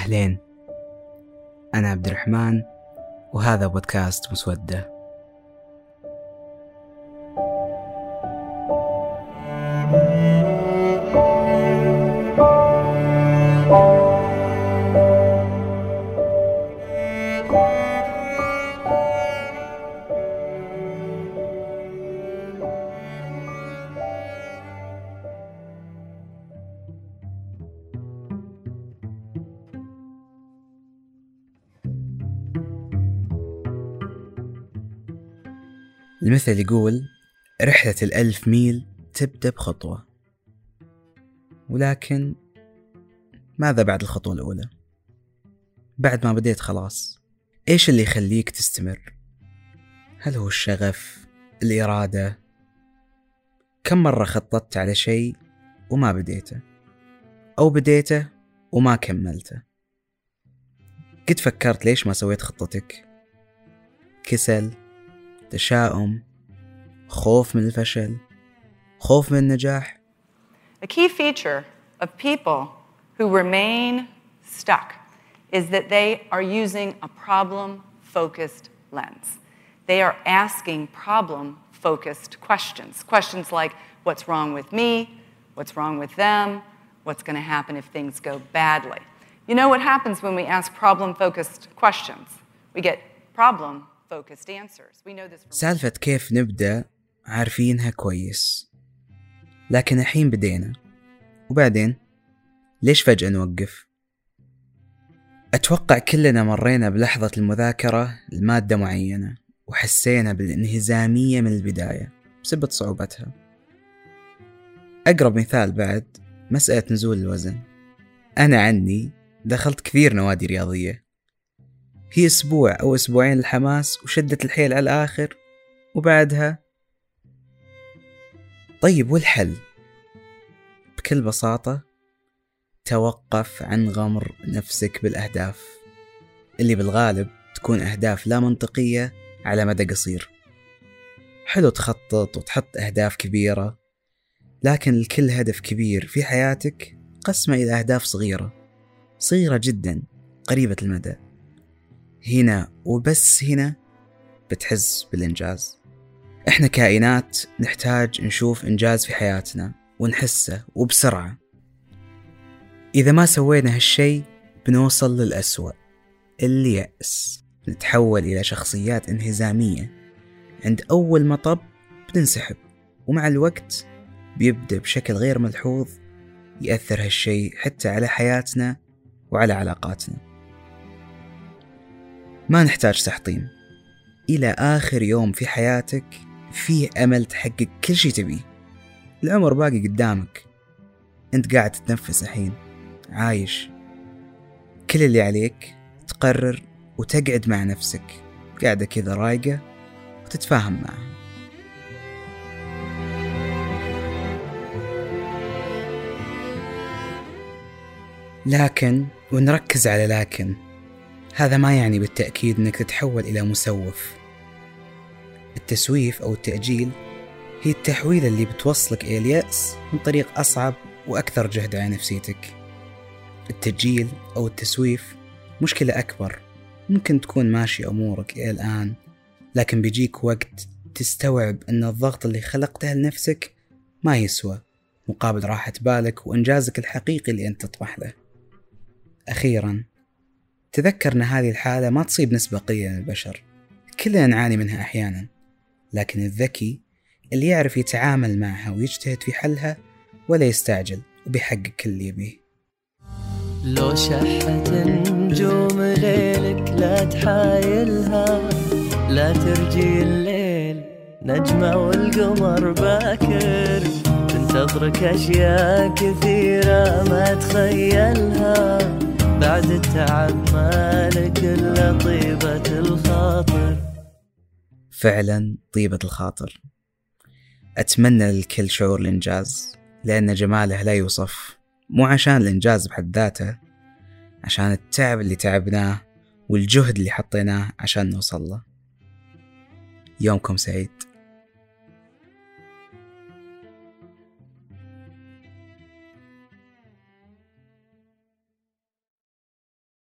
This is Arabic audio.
أهلين، أنا عبد الرحمن وهذا بودكاست مسودة. المثل يقول رحلة 1000 ميل تبدأ بخطوة، ولكن ماذا بعد الخطوة الأولى؟ بعد ما بديت خلاص، إيش اللي يخليك تستمر؟ هل هو الشغف؟ الإرادة؟ كم مرة خططت على شيء وما بديته، أو بديته وما كملته؟ قد فكرت ليش ما سويت خطتك؟ كسل، تشاؤم، خوف من الفشل، خوف من النجاح. A key feature of people who remain stuck is that they are using a problem-focused lens. They are asking problem-focused questions. Questions like, what's wrong with me? What's wrong with them? What's going to happen if things go badly? You know what happens when we ask problem-focused questions? We get problem-focused answers. We know this from... سالفة كيف نبدأ عارفينها كويس، لكن الحين بدينا وبعدين ليش فجأة نوقف؟ أتوقع كلنا مرينا بلحظة المذاكرة لمادة معينة وحسينا بالانهزامية من البداية بسبب صعوبتها. أقرب مثال بعد مسألة نزول الوزن. أنا عني دخلت كثير نوادي رياضية، هي أسبوع أو أسبوعين الحماس وشدت الحيل على الآخر، وبعدها طيب والحل؟ بكل بساطة توقف عن غمر نفسك بالأهداف اللي بالغالب تكون أهداف لا منطقية على مدى قصير. حلو تخطط وتحط أهداف كبيرة، لكن الكل هدف كبير في حياتك قسمه إلى أهداف صغيرة جدا قريبة المدى. هنا وبس هنا بتحس بالإنجاز. إحنا كائنات نحتاج نشوف إنجاز في حياتنا ونحسه وبسرعة. إذا ما سوينا هالشي بنوصل للأسوأ، اليأس. نتحول إلى شخصيات انهزامية، عند أول مطب بننسحب، ومع الوقت بيبدأ بشكل غير ملحوظ يأثر هالشي حتى على حياتنا وعلى علاقاتنا. ما نحتاج تحطيم. إلى آخر يوم في حياتك فيه أمل تحقق كل شي تبيه. العمر باقي قدامك، أنت قاعد تتنفس الحين، عايش. كل اللي عليك تقرر وتقعد مع نفسك قاعدة كذا رايقة وتتفاهم معها. لكن ونركز على لكن، هذا ما يعني بالتأكيد أنك تتحول إلى مسوف. التسويف أو التأجيل هي التحويلة اللي بتوصلك إلى اليأس من طريق أصعب وأكثر جهد على نفسيتك. التأجيل أو التسويف مشكلة أكبر. ممكن تكون ماشي أمورك إلى الآن، لكن بيجيك وقت تستوعب أن الضغط اللي خلقته لنفسك ما يسوى مقابل راحة بالك وإنجازك الحقيقي اللي أنت تطمح له. أخيراً تذكر أن هذه الحالة ما تصيب نسبة قليلة من البشر، كلنا نعاني منها أحياناً، لكن الذكي اللي يعرف يتعامل معها ويجتهد في حلها ولا يستعجل وبيحقق كل اللي يبيه. لو شحت نجوم ليلك لا تحايلها، لا ترجي الليل نجمة والقمر باكر، تنتظرك أشياء كثيرة ما تخيلها، بعد التعب مالك إلا طيبة الخاطر. فعلا طيبة الخاطر. أتمنى للكل شعور الإنجاز، لأن جماله لا يوصف، مو عشان الإنجاز بحد ذاته، عشان التعب اللي تعبناه والجهد اللي حطيناه عشان نوصل له. يومكم سعيد.